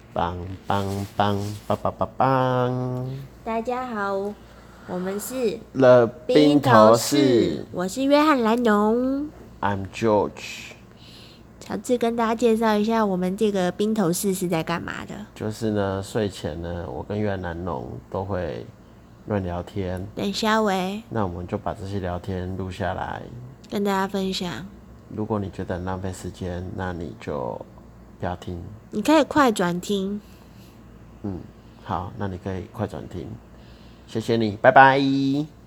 棒棒棒棒棒棒棒！ 大家好，我们是了冰头士， 我是约翰兰农。 ，I'm George。 乔治跟大家介绍一下，我们这个冰头士是在干嘛的？ 就是呢，睡前呢，我跟约翰兰农都会乱聊天。 等下喂， 那我们就把这些聊天录下来， 跟大家分享。 如果你觉得很浪费时间，那你就不要听。 你可以快转听。 好，那你可以快转听。谢谢你，拜拜。